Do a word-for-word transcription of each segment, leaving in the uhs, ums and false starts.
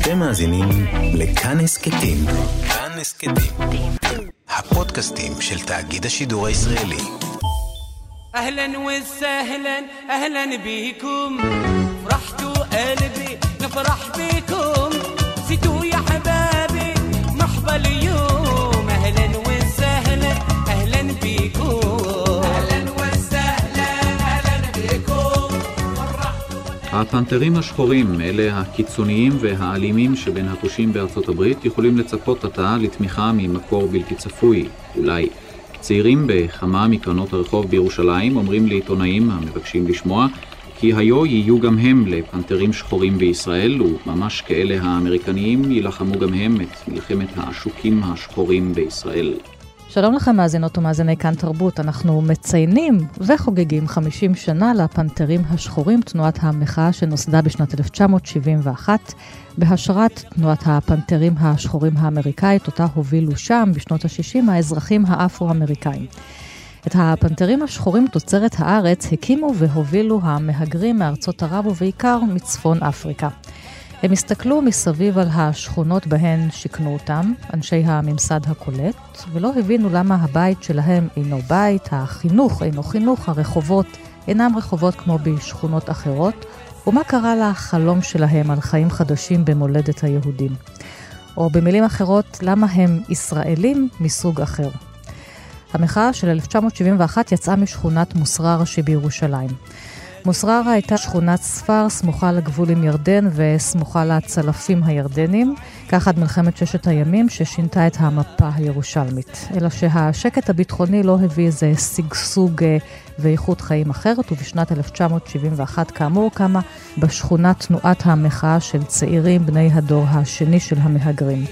אתם מאזינים לכאן הסכתים. כאן הסכתים. הפודקאסטים של תאגיד השידור הישראלי. أهلا وسهلا أهلا بكم فرحتوا قلبي نفرح بكم زيتوا يا حبابي مرحبا اليوم أهلا وسهلا أهلا بكم أهلا وسهلا أهلا بكم הפנתרים השחורים, אלה הקיצוניים והאלימים שבין הפושעים בארצות הברית, יכולים לצפות עתה לתמיכה ממקור בלתי צפוי, אולי. צעירים בכמה מקרנות הרחוב בירושלים אומרים לעיתונאים המבקשים לשמוע כי היו יהיו גם הם לפנתרים שחורים בישראל, וממש כאלה האמריקניים יילחמו גם הם את מלחמת השוקים השחורים בישראל. שלום לכם מאזינות ומאזיני כאן תרבות. אנחנו מציינים וחוגגים חמישים שנה לפנתרים השחורים, תנועת המחאה שנוסדה בשנת אלף תשע מאות שבעים ואחת בהשראת תנועת הפנתרים השחורים האמריקאית, אותה הובילו שם בשנות ה-שישים האזרחים האפרו-אמריקאים. את הפנתרים השחורים תוצרת הארץ הקימו והובילו המהגרים מארצות ערב ובעיקר מצפון אפריקה. הם הסתכלו מסביב על השכונות בהן שכנו אותם, אנשי הממסד הקולט, ולא הבינו למה הבית שלהם אינו בית, החינוך אינו חינוך, הרחובות אינם רחובות כמו בשכונות אחרות, ומה קרה לחלום שלהם על חיים חדשים במולדת היהודים. או במילים אחרות, למה הם ישראלים מסוג אחר. המחאה של אלף תשע מאות שבעים ואחת יצאה משכונת מוסררה שבירושלים. מוסררה הייתה שכונת ספר סמוכה לגבול עם ירדן וסמוכה לצלפים הירדנים, כך עד מלחמת ששת הימים ששינתה את המפה הירושלמית. אלא שהשקט הביטחוני לא הביא איזה סגסוג ואיכות חיים אחרת, ובשנת אלף תשע מאות שבעים ואחת כאמור קמה בשכונה תנועת המחאה של צעירים בני הדור השני של המהגרים.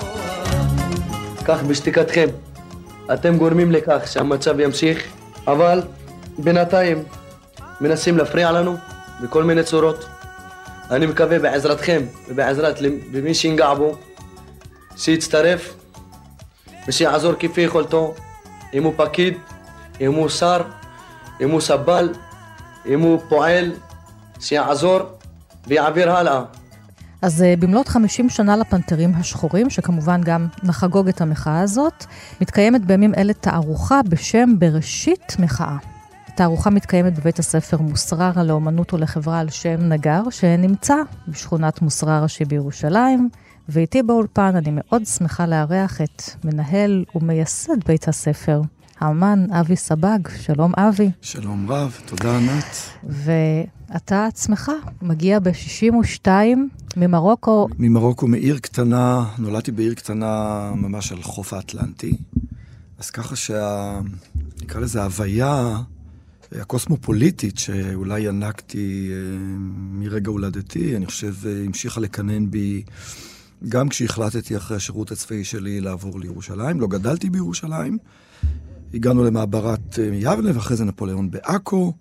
כך בשתיקתכם, אתם גורמים לכך שהמצב ימשיך, אבל בינתיים מנסים להפריע לנו בכל מיני צורות. אני מקווה בעזרתכם ובעזרת במי שינגע בו שיצטרף ושיעזור כפי יכולתו, אם הוא פקיד, אם הוא שר, אם הוא סבל, אם הוא פועל, שיעזור ויעביר הלאה. אז במלאת חמישים שנה לפנתרים השחורים, שכמובן גם נחגוג את המחאה הזאת, מתקיימת בימים אלה תערוכה בשם בראשית מחאה. התערוכה מתקיימת בבית הספר מוסררה לאומנות ולחברה על שם נגר, שנמצא בשכונת מוסררה שבירושלים, ואיתי באולפן אני מאוד שמחה לארח את מנהל ומייסד בית הספר, האמן אבי סבג. שלום אבי. שלום רב, תודה ענת. ואתה עצמך מגיע ב-שישים ושתיים ממרוקו. ממרוקו, מעיר קטנה, נולדתי בעיר קטנה ממש על חוף האטלנטי, אז ככה שה... נקרא לזה הוויה הקוסמופוליטית שאולי ינקתי מרגע הולדתי, אני חושב המשיכה לקנן בי גם כשהחלטתי אחרי השירות הצבאי שלי לעבור לירושלים. לא גדלתי בירושלים, הגענו למעברת יבנה ואחרי זה נפוליאון בעכו,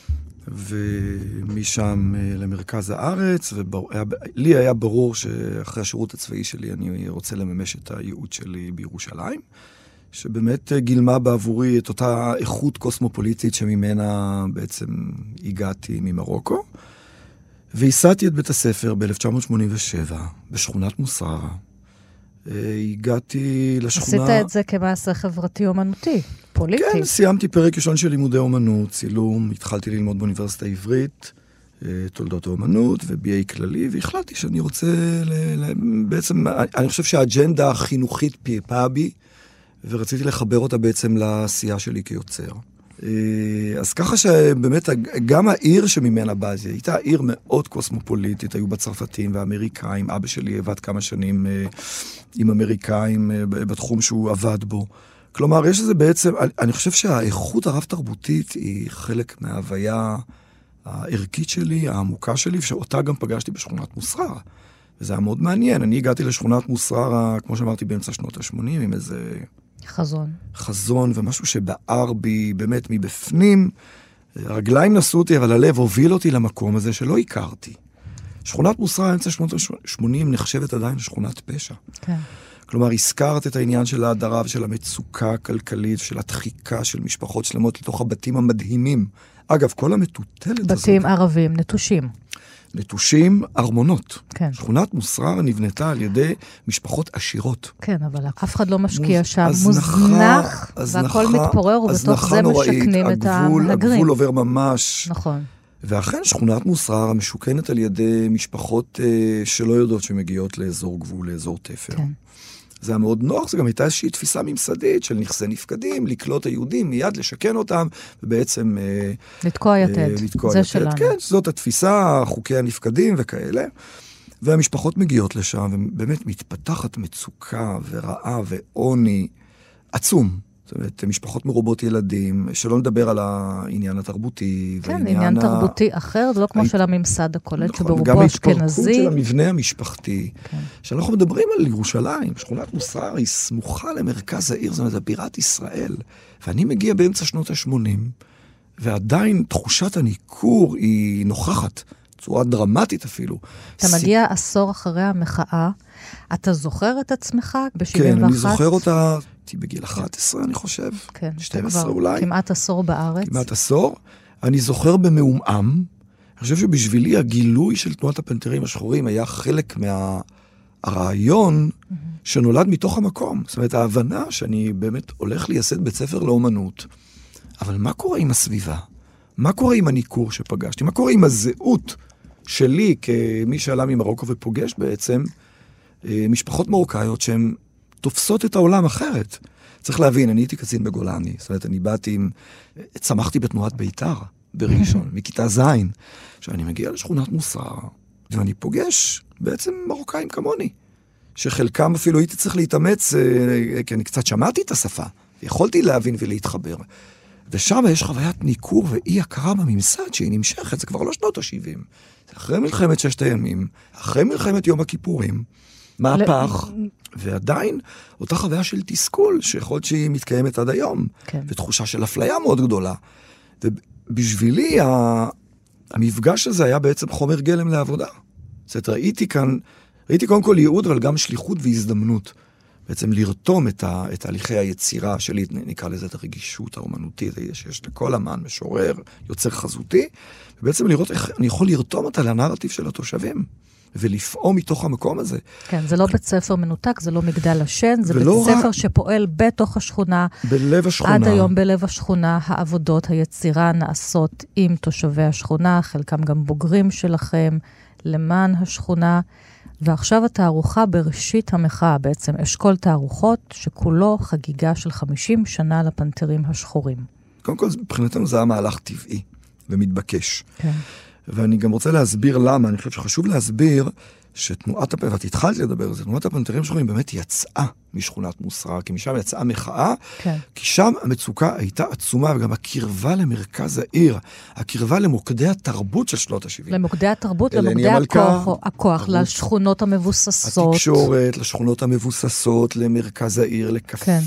ומשם למרכז הארץ, ולי היה ברור שאחרי השירות הצבאי שלי אני רוצה לממש את הייעוד שלי בירושלים, שבאמת גילמה בעבורי את אותה איכות קוסמופוליטית שממנה בעצם הגעתי ממרוקו. והסעתי את בית הספר ב-אלף תשע מאות שמונים ושבע בשכונת מוסררה. הגעתי לשכונה... עשית את זה כמעשה חברתי אומנותי, פוליטי. כן, סיימתי פרק ראשון של לימודי אומנות, צילום, התחלתי ללמוד באוניברסיטה העברית, תולדות האומנות ו-בי איי כללי, והחלטתי שאני רוצה ל- ל- בעצם, אני חושב שהאג'נדה החינוכית פייפה בי, ורציתי לחבר אותה בעצם לעשייה שלי כיוצר. אז ככה שבאמת גם העיר שממנה באתי, הייתה עיר מאוד קוסמופוליטית, היו בצרפתים והאמריקאים, אבא שלי עבד כמה שנים עם אמריקאים בתחום שהוא עבד בו. כלומר, יש לזה בעצם, אני חושב שהאיכות הרב-תרבותית היא חלק מההוויה הערכית שלי, העמוקה שלי, שאותה גם פגשתי בשכונת מוסררה. וזה היה מאוד מעניין. אני הגעתי לשכונת מוסררה, כמו שאמרתי, באמצע שנות ה-שמונים, עם איזה... חזון. חזון, ומשהו שבער בי באמת מבפנים. הרגליים נשאו אותי, אבל הלב הוביל אותי למקום הזה שלא הכרתי. שכונת מוסררה, אמצע שנות ה-שמונים, נחשבת עדיין לשכונת פשע. כן. כלומר, הזכרת את העניין של ההדרה ושל המצוקה הכלכלית, של הדחיקה של משפחות שלמות לתוך הבתים המדהימים. אגב, כל המטוטלת הזאת... בתים ערבים, נטושים. נטושים ארמונות. כן. שכונת מוסררה נבנתה על ידי משפחות עשירות. כן, אבל אף אחד לא משקיע מוז... שם, הזנחה, מוזנח, הזנחה, והכל מתפורר, ובתוך זה נוראית, משכנים את הגבול, המהגרים. הגבול עובר ממש. נכון. ואכן שכונת מוסררה משוכנת על ידי משפחות אה, שלא יודעות שמגיעות לאזור גבול, לאזור תפר. כן. זה היה מאוד נוח, זה גם הייתה איזושהי תפיסה ממסדית של נכסי נפקדים, לקלוט היהודים, מיד לשכן אותם, ובעצם... לתקוע יתד, אה, לתקוע זה יתד. שלנו. כן, זאת התפיסה, חוקי הנפקדים וכאלה. והמשפחות מגיעות לשם, ובאמת מתפתחת מצוקה ורעה ועוני עצום. זאת אומרת, משפחות מרובות ילדים, שלא נדבר על העניין התרבותי. כן, עניין ה... תרבותי אחר, זה לא כמו היית... של הממסד הקולט, נכון, שברובו גם אשכנזי. גם ההתפרקות של המבנה המשפחתי. כן. שאנחנו מדברים על ירושלים, שכונת מוסררה היא סמוכה למרכז העיר, זאת אומרת, בירת ישראל. ואני מגיע באמצע שנות ה-שמונים, ועדיין תחושת הניכור היא נוכחת, צורה דרמטית אפילו. אתה ס... מגיע עשור אחרי המחאה, אתה זוכר את עצמך ב-שבעים ואחת? כן, אני זוכר אותה, הייתי בגיל אחת עשרה, אני חושב. כן, שתים עשרה אולי. כמעט עשור בארץ. כמעט עשור. אני זוכר במעומעם. אני חושב שבשבילי הגילוי של תנועת הפנתרים השחורים היה חלק מהרעיון mm-hmm. שנולד מתוך המקום. זאת אומרת, ההבנה שאני באמת הולך לייסד בית ספר לאומנות. אבל מה קורה עם הסביבה? מה קורה עם הניכור שפגשתי? מה קורה עם הזהות שלי כמי שעלה ממרוקו ופוגש בעצם משפחות מרוקאיות שהן תופסות את העולם אחרת. צריך להבין, אני הייתי קצין בגולני, זאת אומרת, אני באתי עם, צמחתי בתנועת ביתר, בראשון, מכיתה זין. עכשיו, אני מגיע לשכונת מוסררה, ואני פוגש בעצם מרוקאים כמוני, שחלקם אפילו הייתי צריך להתאמץ, כי אני קצת שמעתי את השפה, ויכולתי להבין ולהתחבר. ושם יש חוויית ניכור ואי הכרה בממסד שהיא נמשכת, זה כבר לא שנות ה-שבעים. זה אחרי מלחמת ששת הימים, אחרי מלחמת יום הכיפורים, מהפך, ועדיין אותה חוויה של תסכול, שיכול להיות שהיא מתקיימת עד היום, כן. ותחושה של אפליה מאוד גדולה. ובשבילי, המפגש הזה היה בעצם חומר גלם לעבודה. זאת אומרת, ראיתי כאן, ראיתי קודם כל ייעוד, אבל גם שליחות והזדמנות. בעצם לרתום את, ה, את הליכי היצירה שלי, נקרא לזה את הרגישות האומנותית, שיש לכל אמן, משורר, יוצר חזותי, ובעצם לראות איך אני יכול לרתום אותה לנרטיב של התושבים. ולפעום מתוך המקום הזה. כן, זה לא בית ספר מנותק, זה לא מגדל השן, זה בית ספר רק... שפועל בתוך השכונה. בלב השכונה. עד היום בלב השכונה, העבודות, היצירה נעשות עם תושבי השכונה, חלקם גם בוגרים שלכם, למען השכונה. ועכשיו התערוכה בראשית המחאה, בעצם אשכול תערוכות, שכולו חגיגה של חמישים שנה לפנתרים השחורים. קודם כל, מבחינתנו זה היה מהלך טבעי ומתבקש. כן. ואני גם רוצה להסביר למה, אני חושב שחשוב להסביר שתנועת הפנתרים, ואת התחלת לדבר על זה, תנועת הפנתרים השחורים באמת יצאה משכונת מוסררה, כי משם יצאה מחאה, כן. כי שם המצוקה הייתה עצומה, וגם הקרבה למרכז העיר, הקרבה למוקדי התרבות של שנות ה-שבעים. למוקדי התרבות, למוקדי הכוח, הכוח לשכונות המבוססות. התקשורת, לשכונות המבוססות, למרכז העיר, לקפה, כן.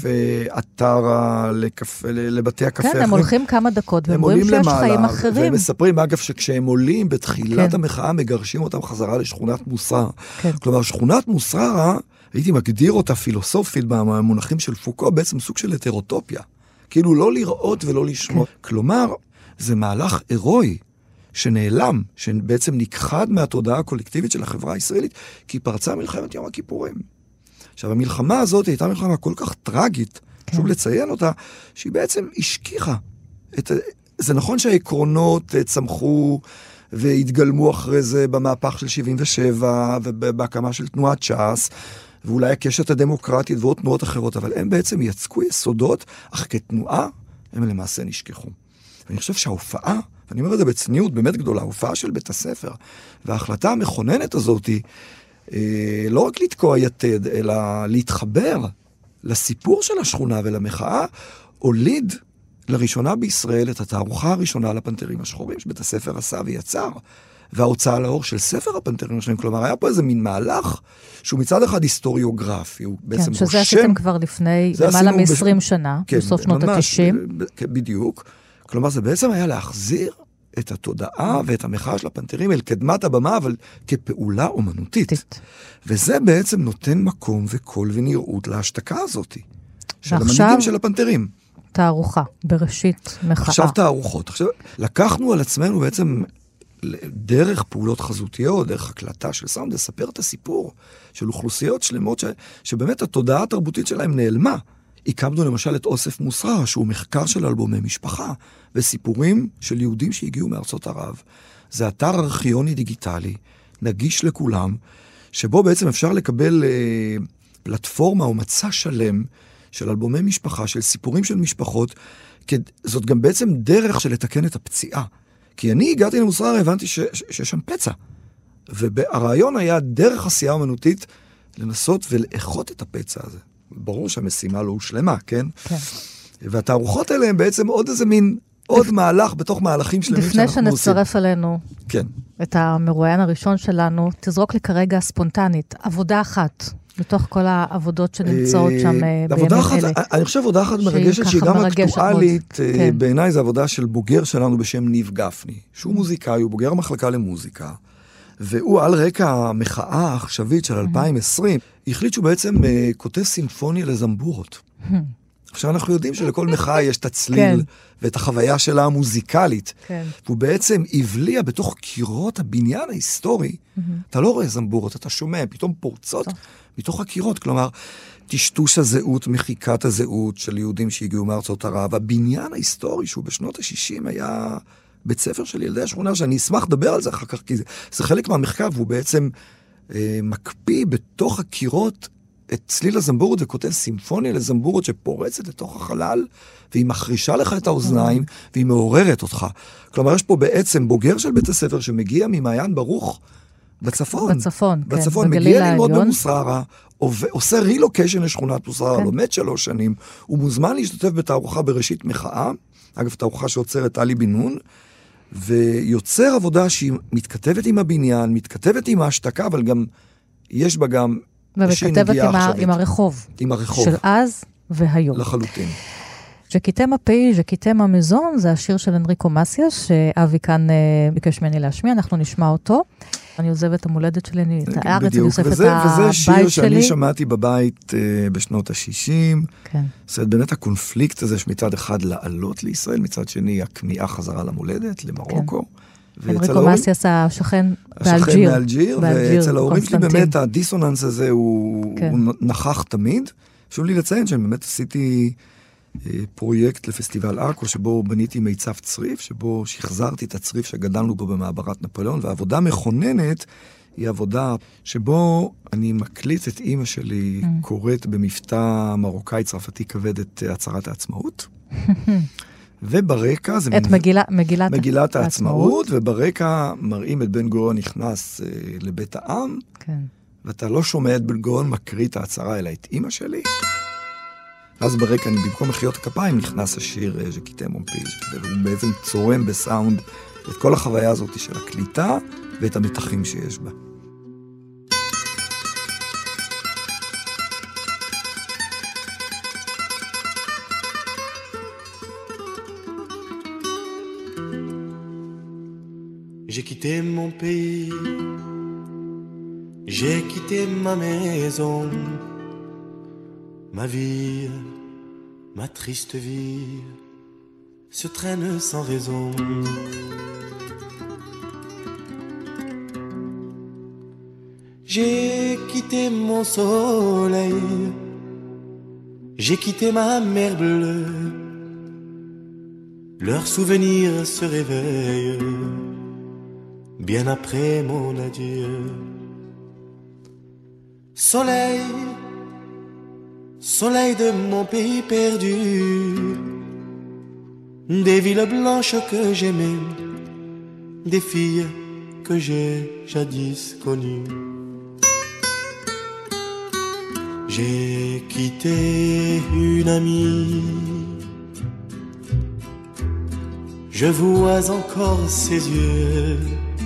אתרה, לקפה, לבתי הקפה. כן, הם הולכים כמה דקות, והם רואים שיש חיים אחרים. והם מספרים, אגב, שכשהם עולים בתחילת כן. המחאה, מגרשים אותם חזרה לשכונת מוסררה. כן. כלומר, שכונת מוסררה, הייתי מגדיר אותה פילוסופית במונחים של פוקו, בעצם סוג של הטרוטופיה. כאילו לא לראות ולא לשמוע. כן. כלומר, זה מהלך אירועי שנעלם, שבעצם נכחד מהתודעה הקולקטיבית של החברה הישראלית, כי פרצה מלחמת יום הכיפורים. עכשיו, המלחמה הזאת הייתה מלחמה כל כך טרגית, כן. שוב לציין אותה, שהיא בעצם השכיחה. את... זה נכון שהעקרונות צמחו והתגלמו אחרי זה במהפך של שבעים ושבע, ובהקמה של תנועת ש"ס, ואולי הקשת הדמוקרטית ועוד תנועות אחרות, אבל הם בעצם יצקו יסודות, אך כתנועה הם למעשה נשכחו. ואני חושב שההופעה, ואני אומר את זה בצניעות באמת גדולה, ההופעה של בית הספר, וההחלטה המכוננת הזאת היא, אה, לא רק לתקוע יתד, אלא להתחבר לסיפור של השכונה ולמחאה, הוליד לראשונה בישראל את התערוכה הראשונה לפנתרים השחורים, שבית הספר עשה ויצר, וההוצאה לאור של ספר הפנתרים השחורים. כלומר, היה פה איזה מין מהלך, שהוא מצד אחד היסטוריוגרפי, הוא בעצם רושם... כן, שזה עשיתם כבר לפני למעלה מ-עשרים שנה, כן, בסוף שנות ה-תשעים. בדיוק. כלומר, זה בעצם היה להחזיר את התודעה ואת המחאה של הפנתרים אל קדמת הבמה, אבל כפעולה אומנותית. וזה בעצם נותן מקום וקול ונראות להשתקה הזאת, של המנהיגים של הפנתרים. תערוכה, בראשית מחאה. עכשיו תערוכות. עכשיו, לקחנו על עצמנו בעצם דרך פעולות חזותיות, דרך הקלטה של סאונד, לספר את הסיפור של אוכלוסיות שלמות ש, שבאמת התודעה התרבותית שלהם נעלמה. הקמנו למשל את אוסף מוסררה, שהוא מחקר של אלבומי משפחה, וסיפורים של יהודים שהגיעו מארצות ערב. זה אתר ארכיוני דיגיטלי, נגיש לכולם, שבו בעצם אפשר לקבל אה, פלטפורמה או מצע שלם של אלבומי משפחה, של סיפורים של משפחות, כי זאת גם בעצם דרך של לתקן את הפציעה. כי אני הגעתי למוסררה, הבנתי ש, ש, שיש שם פצע. והרעיון היה דרך עשייה אומנותית לנסות ולאחות את הפצע הזה. ברור שהמשימה לא הושלמה, כן? כן. והתערוכות האלה הם בעצם עוד איזה מין, עוד מהלך בתוך מהלכים שלמים שאנחנו עושים. לפני שנצרף עלינו כן. את המרואיין הראשון שלנו, תזרוק לי כרגע ספונטנית, עבודה אחת, בתוך כל העבודות שנמצאות שם בימים אלה. אני חושב עבודה אחת מרגשת, שהיא גם אקטואלית, בעיניי זו עבודה של בוגר שלנו בשם ניב גפני, שהוא מוזיקאי, הוא בוגר המחלקה למוזיקה, והוא על רקע המחאה העכשווית של אלפיים ועשרים, החליט שהוא בעצם כותב סימפוניה לזמבורות. עכשיו אנחנו יודעים שלכל מחאה יש את הצליל ואת החוויה שלה המוזיקלית. והוא בעצם הבליע בתוך קירות הבניין ההיסטורי. אתה לא רואה זמבורות, אתה שומע, פתאום פורצות מתוך הקירות. כלומר, טשטוש הזהות, מחיקת הזהות של יהודים שהגיעו מארצות ערב. הבניין ההיסטורי שהוא בשנות ה-שישים היה בית ספר של ילדי השכונה, שאני אשמח לדבר על זה אחר כך, כי זה, זה חלק מהמחקר, והוא בעצם אה, מקפיא בתוך הקירות את צליל הזמבורות, וכותב סימפוניה לזמבורות שפורצת לתוך החלל, והיא מחרישה לך את האוזניים, והיא מעוררת אותך. כלומר, יש פה בעצם בוגר של בית הספר, שמגיע ממעיין ברוך בצפון. בצפון, כן. בצפון, מגיע ללמוד במוסררה, עושה רילוקיישן לשכונת מוסררה, כן. לומד שלוש שנים, הוא מוזמן להשתתף בתערוכה בראשית מחאה, אגב, תערוכה שעוצרת אלי בן נון, ויוצר עבודה שהיא מתכתבת עם הבניין, מתכתבת עם ההשתקה, אבל גם, יש בה גם ומתכתבת עם, ה... עם הרחוב. עם הרחוב. של אז והיום. לחלוטין. ז'קיטמה פי, ז'קיטמה מזון, זה השיר של אנריקו מסיה, שאבי כאן אה, ביקש ממני להשמיע, אנחנו נשמע אותו. אני עוזבת את המולדת שלי, אני את הארץ, אני אוספת את הבית שלי. וזה שיר שאני שמעתי בבית אה, בשנות ה-שישים. כן. זאת באמת הקונפליקט הזה, שמצד אחד לעלות לישראל, מצד שני הכמיהה חזרה למולדת, למרוקו. כן. אנריקו מסיה עשה שכן באלג'יר. השכן באלג'יר, ואצל ההורים שלי באמת הדיסוננס הזה הוא, כן. הוא נכח תמיד. חשוב לי לציין שאני באמת עשיתי פרויקט לפסטיבל אקו, שבו בניתי מיצב צריף, שבו שחזרתי את הצריף שגדלנו בו במעברת נפוליאון, והעבודה מכוננת היא עבודה שבו אני מקליט את אמא שלי mm. קוראת במבטא מרוקאי צרפתי כבד את הצהרת העצמאות. וברקע זה את מנ... מגילה, מגילת, מגילת העצמאות, וברקע מראים את בן גוריון נכנס uh, לבית העם, כן. ואתה לא שומע את בן גוריון מקריא את ההצהרה, אלא את אמא שלי. אז ברקע, אני במקום מחיאות הכפיים, נכנס השיר ז'קיטמה פי, והוא בעצם צורם בסאונד את כל החוויה הזאת של הקליטה ואת המתחים שיש בה. J'ai quitté mon pays, j'ai quitté ma maison, ma vie, ma triste vie, se traîne sans raison. J'ai quitté mon soleil, j'ai quitté ma mer bleue, leurs souvenirs se réveillent bien après mon adieu. Soleil, soleil de mon pays perdu, des villes blanches que j'aimais, des filles que j'ai jadis connues. J'ai quitté une amie, je vois encore ses yeux,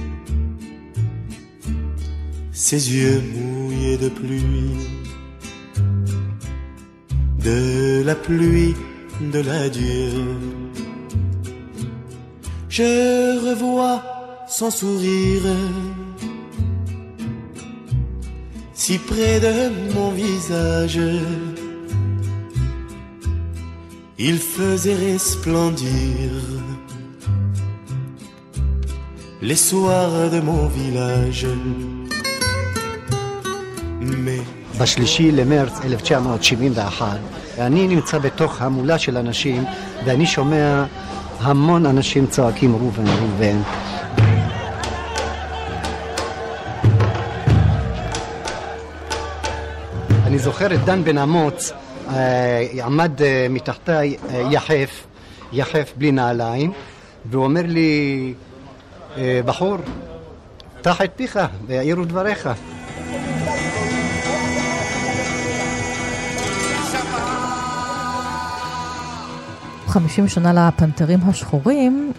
ses yeux mouillés de pluie, de la pluie de l'adieu. Je revois son sourire si près de mon visage, il faisait resplendir les soirs de mon village. Mais בשלישי למרץ אלף תשע מאות שבעים ואחת, אני נמצא בתוך המולה של אנשים, ואני שומע המון אנשים צועקים ראובן, ראובן. אני זוכר את דן בן אמוץ, עמד מתחתיי יחף, יחף בלי נעליים, והוא אומר לי, בחור, פתח את פיך ויעירו דבריך. חמישים שנה לפנתרים השחורים,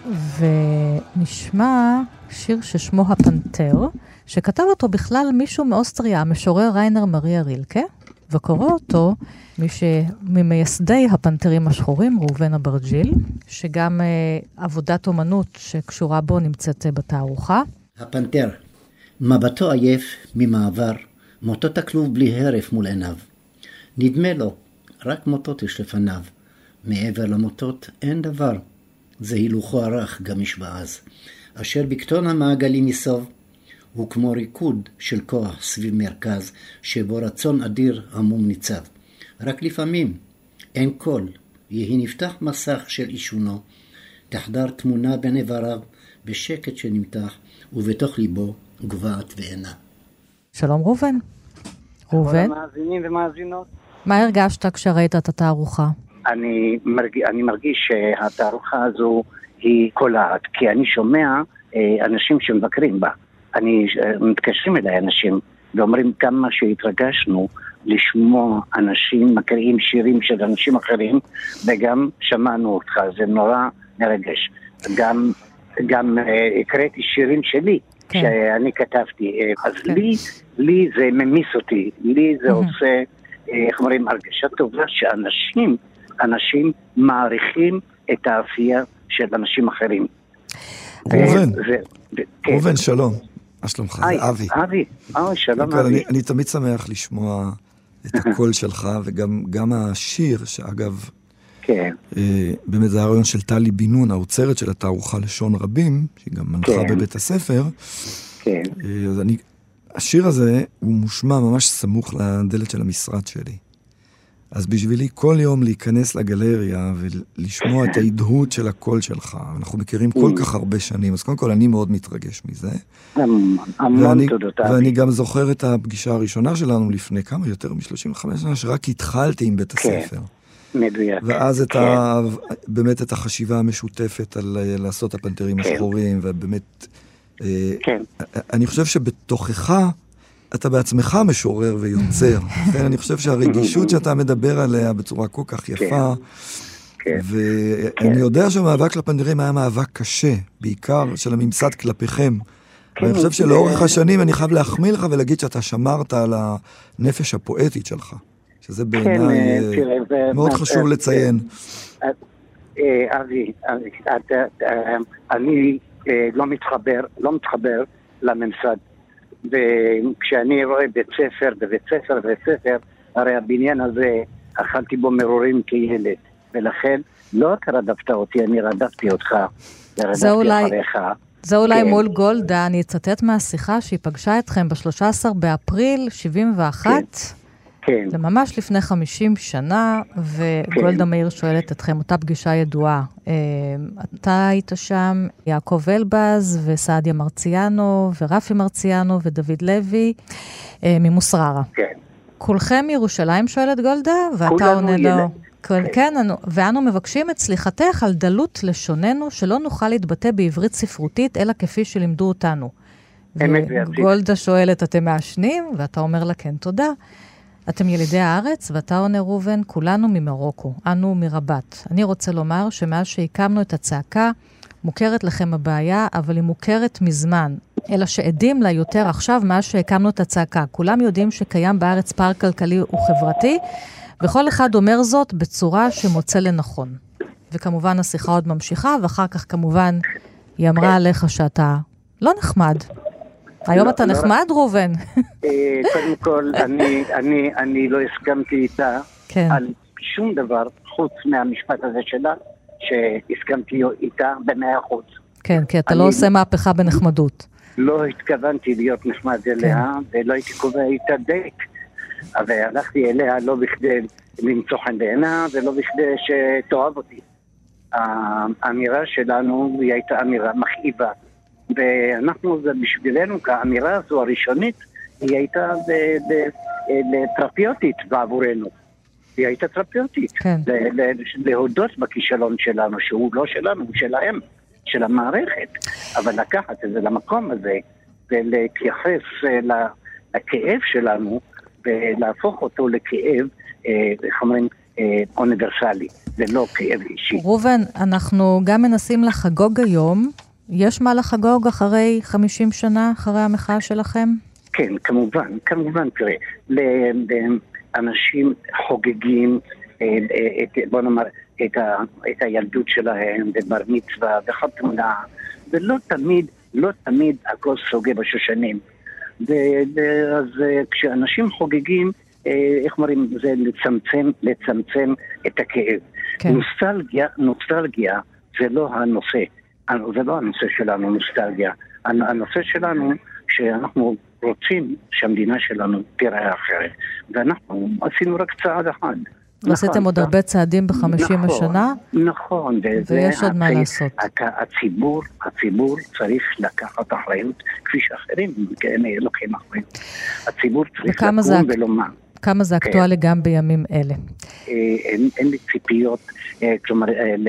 ונשמע שיר ששמו הפנתר, שכתב אותו בכלל מישהו מאוסטריה, המשורר ריינר מריה רילקה, וקורא אותו מי שממייסדי הפנתרים השחורים, ראובן אברג'יל, שגם אה, עבודת אומנות שקשורה בו נמצאת בתערוכה. הפנתר, מבטו עייף ממעבר, מוטות הכלוב בלי הרף מול עיניו. נדמה לו, רק מוטות יש לפניו. מעבר למוטות אין דבר. זה הילוכו ערך גמיש בעז, אשר בקטון המעגלים מסוב, הוא כמו ריקוד של כוח סביב מרכז, שבו רצון אדיר עמום ניצב. רק לפעמים אין קול, יהי נפתח מסך של אישונו, תחדר תמונה בין איבריו, בשקט שנמתח, ובתוך ליבו גבעת ועינה. שלום ראובן. ראובן. כל המאזינים ומאזינות. מה הרגשת כשראית את התערוכה? אני מרגיש, אני מרגיש שהתערוכה הזו היא קולעת, כי אני שומע אה, אנשים שמבקרים בה. אני אה, מתקשרים אליי אנשים ואומרים כמה שהתרגשנו לשמוע אנשים מקריאים שירים של אנשים אחרים, וגם שמענו אותך, זה נורא מרגש. גם, גם אה, הקראתי שירים שלי, כן. שאני כתבתי, אה, אז כן. לי, לי זה ממיס אותי, לי זה mm-hmm. עושה, אה, איך אומרים, הרגשה טובה שאנשים אנשים מעריכים את העשייה של אנשים אחרים. ראובן, ראובן, שלום. מה שלומך? זה אבי. אבי, אוי, שלום אבי. אני תמיד שמח לשמוע את הקול שלך, וגם השיר, שאגב, באמת זה הרעיון של טלי בן נון, האוצרת של התערוכה לשון רבים, שהיא גם מנחה בבית הספר. אז אני, השיר הזה הוא מושמע ממש סמוך לדלת של המשרד שלי. אז בשבילי כל יום להיכנס לגלריה ולשמוע את ההדהוד של הקול שלך, אנחנו מכירים כל כך הרבה שנים, אז קודם כל אני מאוד מתרגש מזה. המון תודות. ואני גם זוכר את הפגישה הראשונה שלנו לפני כמה יותר מ-שלושים וחמש שנה, שרק התחלתי עם בית הספר. מדויק. ואז באמת את החשיבה המשותפת על לעשות הפנתרים השחורים, ובאמת, אני חושב שבתוכך, אתה בעצמך משורר ויוצר. לכן אני חושב שהרגישות שאתה מדבר עליה בצורה כל כך יפה, ואני יודע שהמאבק של הפנתרים היה מאבק קשה, בעיקר של הממסד כלפיכם. ואני חושב שלאורך השנים אני חייב להחמיא לך ולהגיד שאתה שמרת על הנפש הפואטית שלך, שזה בעיניי מאוד חשוב לציין. אבי, אני לא מתחבר, לא מתחבר לממסד. וכשאני רואה בית ספר, בבית ספר, בבית ספר, הרי הבניין הזה, אכלתי בו מרורים כילד, ולכן לא אתה רדפת אותי, אני רדפתי אותך, ורדפתי אחריך. זה אולי מול גולדה, אני אצטט מהשיחה שהיא פגשה אתכם ב-שלושה עשר באפריל שבעים ואחת, כן. זה ממש לפני חמישים שנה, וגולדה מאיר שואלת אתכם, אותה פגישה ידועה. אתה היית שם, יעקב אלבז, וסעדיה מרציאנו, ורפי מרציאנו, ודוד לוי, ממוסררה. כן. כולכם מירושלים שואלת גולדה, ואתה עונה לו. כן, ואנו מבקשים את סליחתך על דלות לשוננו, שלא נוכל להתבטא בעברית ספרותית, אלא כפי שלימדו אותנו. וגולדה שואלת, אתם מעשנים? ואתה אומר לה, כן, תודה. אתם ילידי הארץ, ואתה עונה ראובן, כולנו ממרוקו, אנו מרבת. אני רוצה לומר שמאז שהקמנו את הצעקה, מוכרת לכם הבעיה, אבל היא מוכרת מזמן, אלא שעדים לה יותר עכשיו מאז שהקמנו את הצעקה. כולם יודעים שקיים בארץ פער כלכלי וחברתי, וכל אחד אומר זאת בצורה שמוצא לנכון. וכמובן השיחה עוד ממשיכה, ואחר כך כמובן היא אמרה עליך שאתה לא נחמד. היום אתה נחמד, ראובן? קודם כל, אני לא הסכמתי איתה על שום דבר, חוץ מהמשפט הזה שלה, שהסכמתי איתה במאה אחוז. כן, כי אתה לא עושה מהפכה בנחמדות. לא התכוונתי להיות נחמד אליה, ולא הייתי קובע איתה דייט. אבל הלכתי אליה לא בכדי למצוא חן בעינה, ולא בכדי שתאהב אותי. האמירה שלנו היא הייתה אמירה מכאיבה. ואנחנו, בשבילנו, כאמירה הזו הראשונית, היא הייתה טרפיוטית בעבורנו. היא הייתה טרפיוטית. כן. להודות בכישלון שלנו, שהוא לא שלנו, הוא שלהם, של המערכת. אבל לקחת את זה למקום הזה, ולהתייחס לכאב שלנו, ולהפוך אותו לכאב, איך אומרים, אוניברסלי, ולא כאב אישי. רובן, אנחנו גם מנסים לחגוג היום. יש מה לחגוג אחרי חמישים שנה, אחרי המחאה שלכם? כן, כמובן, כמובן, תראה, לאנשים חוגגים, בוא נאמר, את, ה, את הילדות שלהם, ובר מצווה, וחתונה, ולא תמיד, לא תמיד הכל סוגה בשושנים. אז כשאנשים חוגגים, איך אומרים, זה לצמצם, לצמצם את הכאב. כן. נוסטלגיה, נוסטלגיה זה לא הנושא. זה לא הנושא שלנו, נוסטלגיה. הנושא שלנו, שאנחנו רוצים שהמדינה שלנו תיראה אחרת. ואנחנו עשינו רק צעד אחד. ועשיתם עוד הרבה צעדים בחמישים השנה? נכון. ויש עוד מה לעשות. הציבור, הציבור צריך לקחת אחריות, כפי שאחרים לוקחים אחריות. הציבור צריך לקום ולומר. כמה זה אקטואלי גם בימים אלה? אין לי ציפיות, כלומר,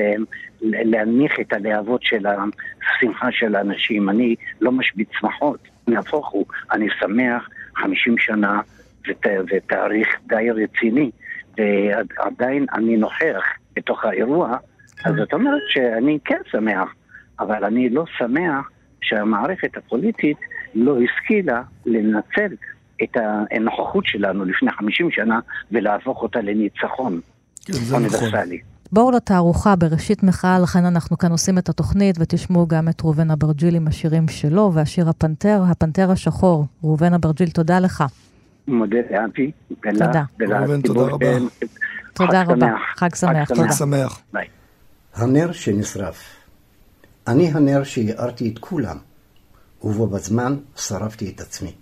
להניח את הלהבות של השמחה של האנשים. אני לא משביץ שמחות, נהפוך הוא. אני שמח, חמישים שנה, זה תאריך די רציני, ועדיין אני נוכח בתוך האירוע, אז זאת אומרת שאני כן שמח, אבל אני לא שמח שהמערכת הפוליטית לא השכילה לנצל את הנוכחות שלנו לפני חמישים שנה, ולהפוך אותה לניצחון אוניברסלי. בואו לתערוכה בראשית מחאה, לכן אנחנו כאן עושים את התוכנית, ותשמעו גם את ראובן אברג'יל עם השירים שלו, והשיר הפנתר, הפנתר השחור. ראובן אברג'יל, תודה לך. מודה לאבי. תודה. ראובן, תודה רבה. תודה רבה. חג שמח. חג שמח. ביי. הנר שנשרף. אני הנר שהארתי את כולם, ובו בזמן שרפתי את עצמי.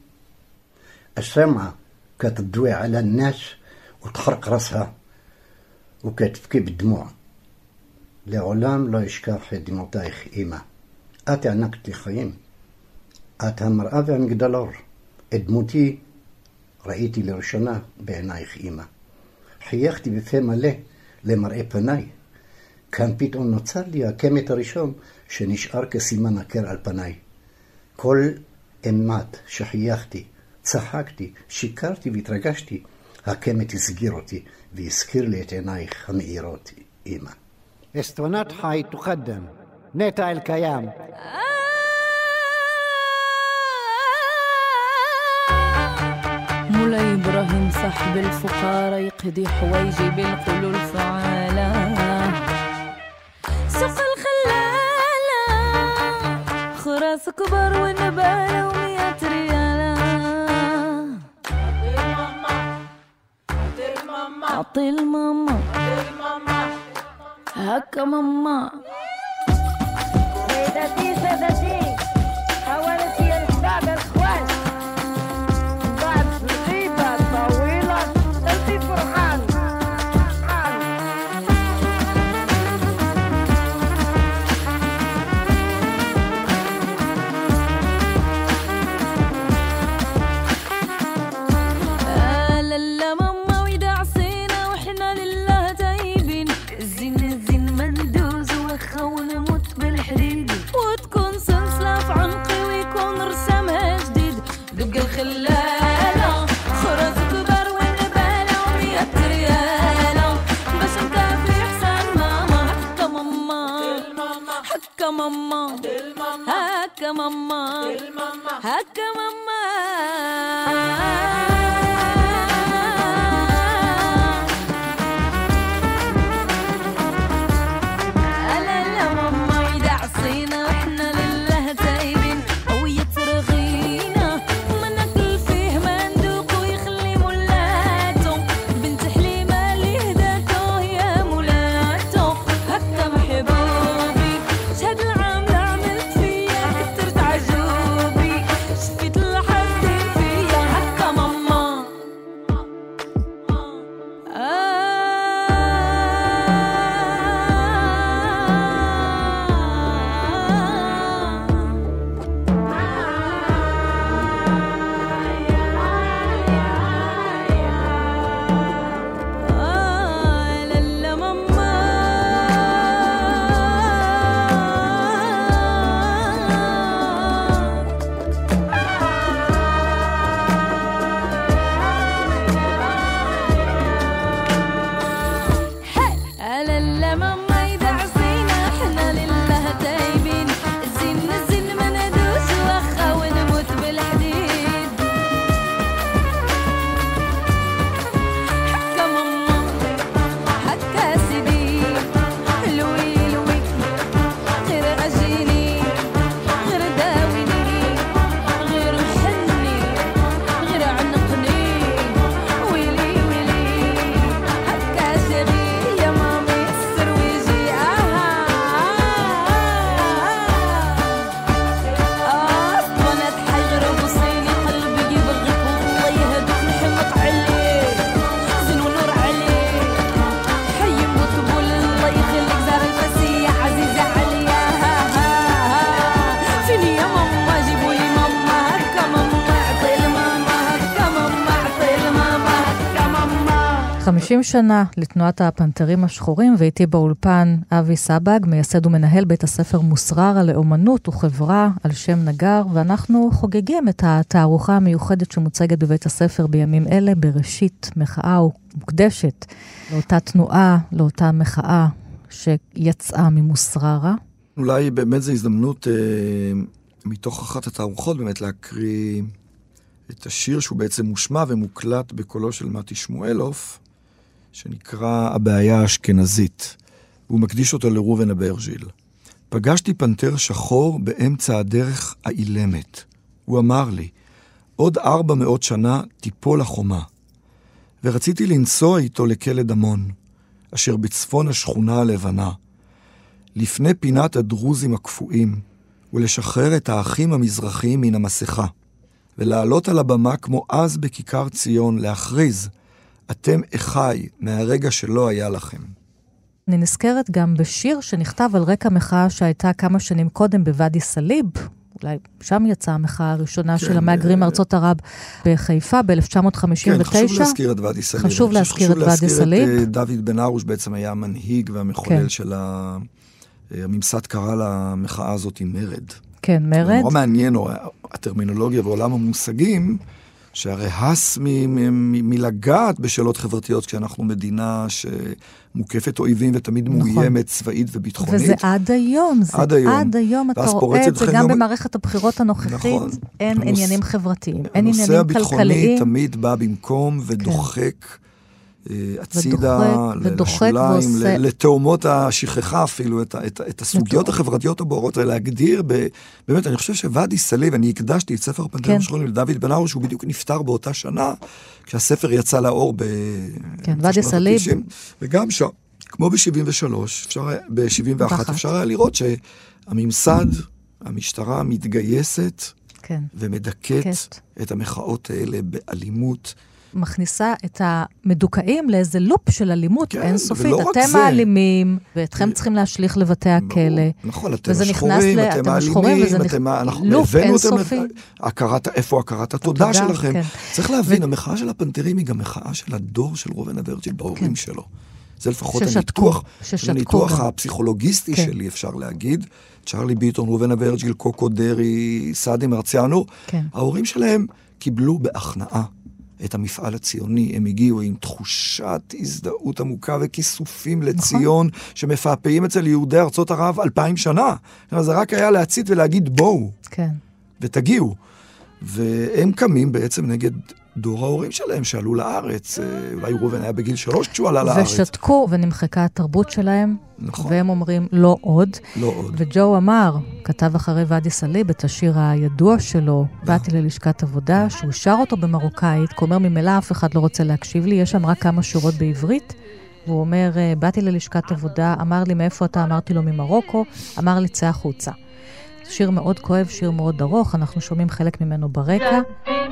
الشمعة كانت تضوي على الناس وتحرق رأسها وكانت تبكي بالدموع. לעולם לא אשכח את דמעותייך, אמא. את הענקת לי חיים. את המראה והמגדל אור. את דמותי ראיתי לראשונה בעינייך, אמא. חייכתי בפה מלא למראה פניי. כאן פתאום נוצר לי הקמת הראשון שנשאר כסימן הכר על פניי. כל אימת שחייכתי, צחקתי, שיקרתי והתרגשתי, הקמת הסגיר אותי והזכיר לי את עינייך המאירות, אמא. اسطوانات حي تقدم نتاع الكيام. مولاي إبراهيم صاحب الفقراء يقضي حوايجي بالقلوب الفعالة. سوق الخلالة خراس كبر ونبالة ومية ريالة. عطي الماما هكا ماما. سيدتي سادتي حوالتي الشعب الخوان بعد غيبة طويلة قلبي فرحان. ماما هكا ماما هكا ماما. عملت חמישים שנה לתנועת הפנתרים השחורים, ואיתי באולפן אבי סבג, מייסד ומנהל בית הספר מוסררה לאומנות וחברה על שם נגר, ואנחנו חוגגים את התערוכה המיוחדת שמוצגת בבית הספר בימים אלה, בראשית מחאה ומוקדשת לאותה תנועה, לאותה מחאה שיצאה ממוסררה. אולי באמת זו הזדמנות אה, מתוך אחת התערוכות באמת להקריא את השיר שהוא בעצם מושמע ומוקלט בקולו של מתי שמואלוף, שנקרא הבעיה האשכנזית. הוא מקדיש אותו לרובן אברג'יל. פגשתי פנתר שחור באמצע הדרך האילמת. הוא אמר לי, עוד ארבע מאות שנה תיפול החומה. ורציתי לנסוע איתו לכלא דמון, אשר בצפון השכונה הלבנה, לפני פינת הדרוזים הקפואים, ולשחרר את האחים המזרחיים מן המסכה, ולעלות על הבמה כמו אז בכיכר ציון, להכריז, אתם אחי מהרגע שלא היה לכם. אני נזכרת גם בשיר שנכתב על רקע מחאה שהייתה כמה שנים קודם בוואדי סאליב, אולי שם יצאה המחאה הראשונה כן, של המהגרים מארצות ערב בחיפה ב-אלף תשע מאות חמישים ותשע. כן, חשוב להזכיר את ואדי סאליב. חשוב להזכיר את ואדי סאליב. חשוב להזכיר את דוד בן ארוש, בעצם היה המנהיג והמחולל כן. של הממסד קרא למחאה הזאת עם מרד. כן, מרד. נורא מעניין, הטרמינולוגיה ועולם המושגים, שהרי הס מלגעת בשאלות חברתיות, כשאנחנו מדינה שמוקפת אויבים ותמיד מאוימת צבאית וביטחונית. וזה עד היום, זה עד היום, עד היום אתה רואה את זה גם במערכת הבחירות הנוכחית, אין עניינים חברתיים, אין עניינים כלכליים. הנושא הביטחוני תמיד בא במקום ודוחק הצידה, לשוליים, לתאומות השכחה אפילו, את הסוגיות החברתיות הבוערות, להגדיר, באמת, אני חושב שוואדי סאליב, אני הקדשתי את ספר הפנתרים השחורים לדוד בן ארוש, שהוא בדיוק נפטר באותה שנה, כשהספר יצא לאור ואדי סאליב. וגם שם, כמו ב-שבעים ושלוש, ב-שבעים ואחת, אפשר היה לראות שהממסד, המשטרה מתגייסת, ומדכאת את המחאות האלה באלימות, מכניסה את המדוכאים לאיזה לופ של אלימות כן, אינסופית. אתם האלימים, ואתכם צריכים להשליך לבתי הכלא. נכון, אתם השחורים, אתם האלימים, אתם... אנחנו הבאנו אותם, איפה הכרת התודה שלכם. כן. צריך להבין, ו... המחאה של הפנתרים היא גם מחאה של הדור של רובן אברג'יל, בהורים כן. שלו. זה לפחות הניתוח, הניתוח הפסיכולוגיסטי כן. שלי, אפשר להגיד. צ'רלי ביטון, רובן אברג'יל, קוקו דרי, סעדי מרציאנו. כן. ההורים שלהם קיבלו בהכנעה את המפעל הציוני, הם הגיעו עם תחושת הזדהות עמוקה וכיסופים לציון, נכון. שמפעפעים אצל יהודי ארצות ערב אלפיים שנה. זה רק היה להצית ולהגיד בואו, כן. ותגיעו. והם קמים בעצם נגד דור ההורים שלהם שעלו לארץ. אולי רובן היה בגיל שלוש כשהוא עלה לארץ. ושתקו ונמחקה התרבות שלהם, נכון. והם אומרים לא עוד. לא עוד. וג'ו אמר, כתב אחרי ואדי סאליב את השיר הידוע שלו, באתי ללשכת עבודה, שהוא שר אותו במרוקאית, הוא אומר ממילא אף אחד לא רוצה להקשיב לי, יש שם רק כמה שורות בעברית, והוא אומר, באתי ללשכת עבודה, אמר לי מאיפה אתה, אמרתי לו ממרוקו, אמר לי צא החוצה. שיר מאוד כואב, שיר מאוד ארוך, אנחנו שומעים חלק ממנו ברקע.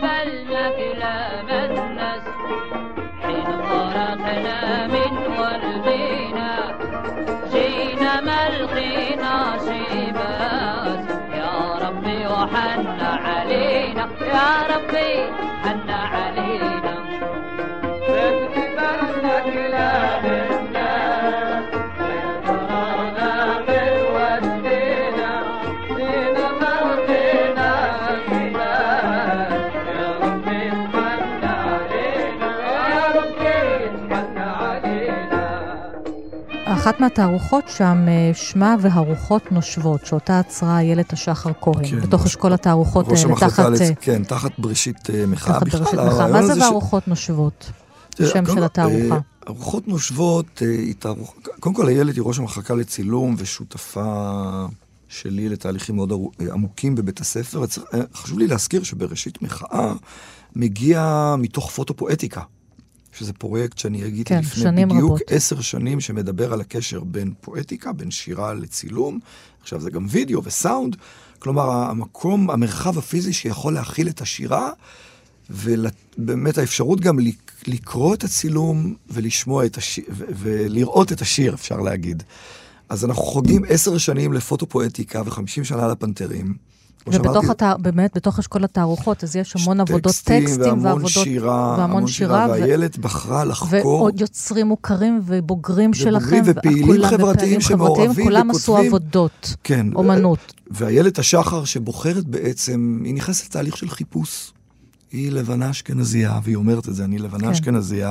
אחת מהתערוכות שם שמה והרוחות נושבות, שאותה עצרה איילת השחר כהן, כן, בתוך אשכול התערוכות האלה, תחת... כן, תחת בראשית מחאה. תחת בראשית מחאה. מה זה והרוחות נושבות? שם של התערוכה. הרוחות נושבות, קודם כל איילת היא ראש המחלקה לצילום ושותפה שלי לתהליכים מאוד עמוקים בבית הספר. חשוב לי להזכיר שבראשית מחאה מגיע מתוך פוטופואטיקה. שזה פרויקט שאני אגיד כן, לפני בדיוק רבות. עשר שנים שמדבר על הקשר בין פואטיקה, בין שירה לצילום, עכשיו זה גם וידאו וסאונד, כלומר המקום, המרחב הפיזי שיכול להכיל את השירה, ובאמת האפשרות גם לקרוא את הצילום ולשמוע את השיר, ולראות את השיר, אפשר להגיד. אז אנחנו חוגגים עשר שנים לפוטופואטיקה וחמישים שנה לפנתרים, ובתוך התא, באמת, בתוך אשכול התערוכות, אז יש המון עבודות טקסטים, והמון ועבודות, שירה, והמון שירה, והילד בחרה לחקור. ועוד יוצרים מוכרים ובוגרים שלכם, ופעילים חברתיים שמעורבים כולם עשו עבודות, כן, אומנות. והילד השחר שבוחרת בעצם, היא נכנסת לתהליך של חיפוש. היא לבנה אשכנזייה, והיא אומרת את זה, אני לבנה אשכנזייה,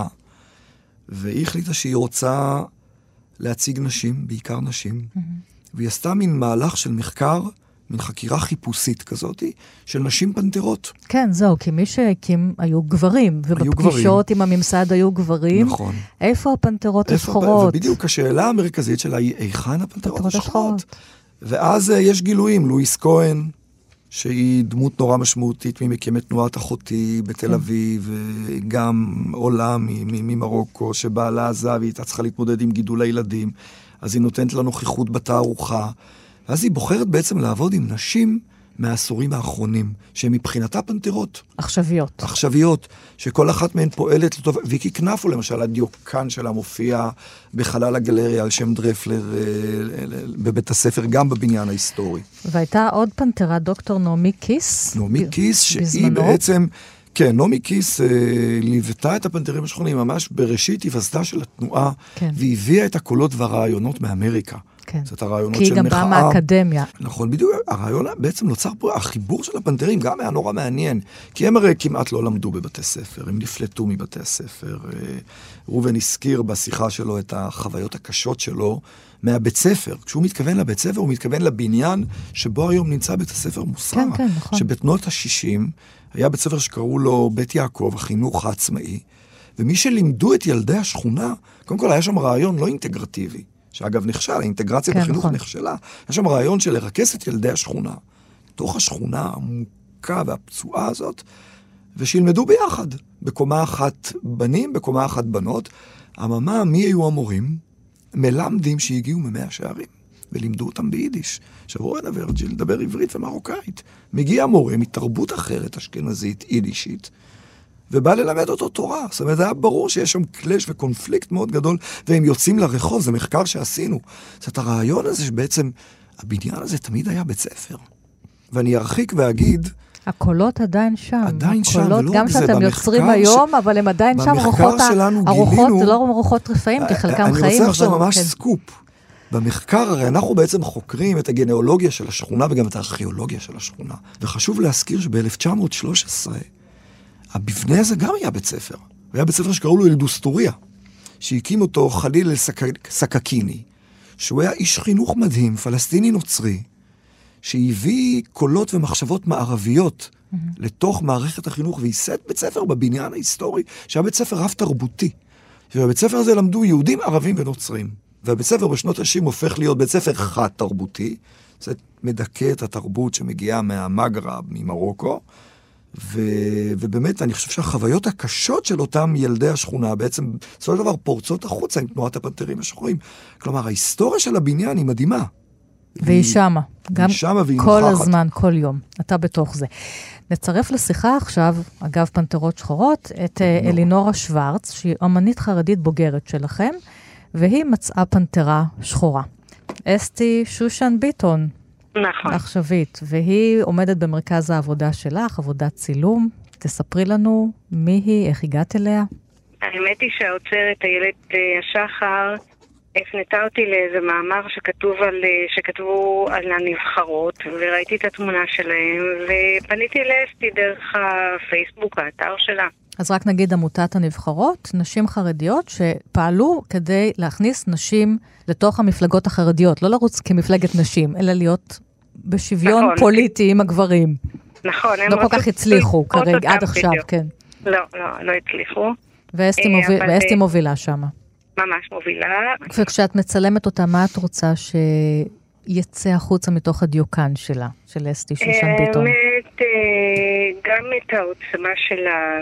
והיא החליטה שהיא רוצה להציג נשים, בעיקר נשים, והיא עשתה מין מהלך של מחקר, מין חקירה חיפושית כזאת, של נשים פנתרות. כן, זהו, כי מי שהקים היו גברים, ובפגישות עם הממסד היו גברים. נכון. איפה הפנתרות השחורות? ובדיוק השאלה המרכזית שלה היא, היכן הפנתרות השחורות? ואז יש גילויים, לואיס כהן, שהיא דמות נורא משמעותית ממקימת תנועת אחותי בתל אביב, וגם עולה ממרוקו, שבעלה עזב, היא הייתה צריכה להתמודד עם גידול הילדים, אז היא נותנת לה נוכחות בתערוכה, ואז היא בוחרת בעצם לעבוד עם נשים מהעשורים האחרונים, שהן מבחינתה פנתרות. עכשוויות. עכשוויות, שכל אחת מהן פועלת לטוב. ויקי קנפו, למשל, הדיוקן שלה מופיע בחלל הגלריה על שם דרפלר בבית הספר, גם בבניין ההיסטורי. והייתה עוד פנתרה, דוקטור נעמי קיס. נעמי קיס, שהיא בעצם, כן, נעמי קיס אה, ליוותה את הפנתרים השחורים, ממש בראשית היווסדה של התנועה, כן. והביאה את הקולות והרעיונות מאמריקה. כן. זאת הרעיונות של מחאה. כי היא גם באה מהאקדמיה. נכון, בדיוק, הרעיון בעצם נוצר פה, החיבור של הפנתרים גם היה נורא מעניין, כי הם הרי כמעט לא למדו בבתי ספר, הם נפלטו מבתי הספר. רובן הזכיר בשיחה שלו את החוויות הקשות שלו מהבית ספר. כשהוא מתכוון לבית ספר, הוא מתכוון לבניין שבו היום נמצא בית הספר מוסרא. כן, כן, נכון. שבתנות ה-שישים היה בית ספר שקראו לו בית יעקב, החינוך העצמאי, ומי שלימדו את ילדי השכונה, קודם כל היה שם רעיון לא אינטגרטיבי, שאגב נכשל, האינטגרציה כן, בחינוך נכון. נכשלה. יש שם רעיון של לרכז את ילדי השכונה, תוך השכונה העמוקה והפצועה הזאת, ושילמדו ביחד, בקומה אחת בנים, בקומה אחת בנות. אממה, מי היו המורים? מלמדים שהגיעו ממאה שערים, ולימדו אותם ביידיש. שברו אנה ורג'יל, לדבר עברית ומרוקאית. מגיע מורה מתרבות אחרת, אשכנזית, יידישית, ובא ללמד אותו תורה. זאת אומרת, זה היה ברור שיש שם קלש וקונפליקט מאוד גדול, והם יוצאים לרחוב, זה מחקר שעשינו. זאת הרעיון הזה שבעצם, הבניין הזה תמיד היה בית ספר. ואני ארחיק ואגיד, הקולות עדיין שם. עדיין הקולות, שם, ולא גם שאתם יוצרים היום, ש... אבל הם עדיין שם. במחקר שלנו גילינו... הרוחות, זה לא רוחות רפאים, כי חלקם אני חיים. אני רוצה עכשיו ממש כן. סקופ. במחקר, הרי אנחנו בעצם חוקרים את הגנאולוגיה של השכונה, וגם את הארכיאולוגיה של השכונה. וחשוב להזכיר שב-אלף תשע מאות ושלוש עשרה, המבנה הזה גם היה בית ספר. היה בית ספר שקראו לו אלדוסטוריה, שהקים אותו חליל סקקיני, שהוא היה איש חינוך מדהים, פלסטיני נוצרי, שהביא קולות ומחשבות מערביות mm-hmm. לתוך מערכת החינוך, וייסד בית ספר בבניין ההיסטורי, שהיה בית ספר רב תרבותי. ובבית ספר הזה למדו יהודים, ערבים ונוצרים. והבית ספר בשנות ה-שישים הופך להיות בית ספר חד תרבותי, זה מדכא את התרבות שמגיעה מהמגרב, ממרוקו, ו... ובאמת אני חושב שהחוויות הקשות של אותם ילדי השכונה בעצם, בסופו של דבר פורצות החוצה עם תנועת הפנתרים השחורים. כלומר, ההיסטוריה של הבניין היא מדהימה. והיא שמה. גם שמה והיא כל נוכחת. הזמן, כל יום. אתה בתוך זה. נצרף לשיחה עכשיו, אגב פנתרות שחורות, את no. אלינורה שוורץ, שהיא אמנית חרדית בוגרת שלכם, והיא מצאה פנתרה שחורה. אסתי שושן ביטון. נכון. עכשווית, והיא עומדת במרכז העבודה שלך, עבודת צילום. תספרי לנו מי היא, איך הגעת אליה? האמת היא שהאוצרת, איילת השחר, הפנתה אותי לאיזה מאמר שכתוב על, שכתבו על הנבחרות, וראיתי את התמונה שלהם, ופניתי לאסתי דרך הפייסבוק, האתר שלה. אז רק נגיד עמותת הנבחרות, נשים חרדיות שפעלו כדי להכניס נשים לתוך המפלגות החרדיות, לא לרוץ כמפלגת נשים, אלא להיות בשוויון נכון. פוליטי עם הגברים. נכון. לא כל כך הצליחו כרגע, עד עכשיו, בדיוק. כן. לא, לא, לא הצליחו. ואסתי מוביל, ואסתי מובילה שם. ממש מובילה. וכשאת מצלמת אותה, מה את רוצה שיצא החוצה מתוך הדיוקן שלה, של אסתי שושן ביטון? האמת, גם את העוצמה שלה,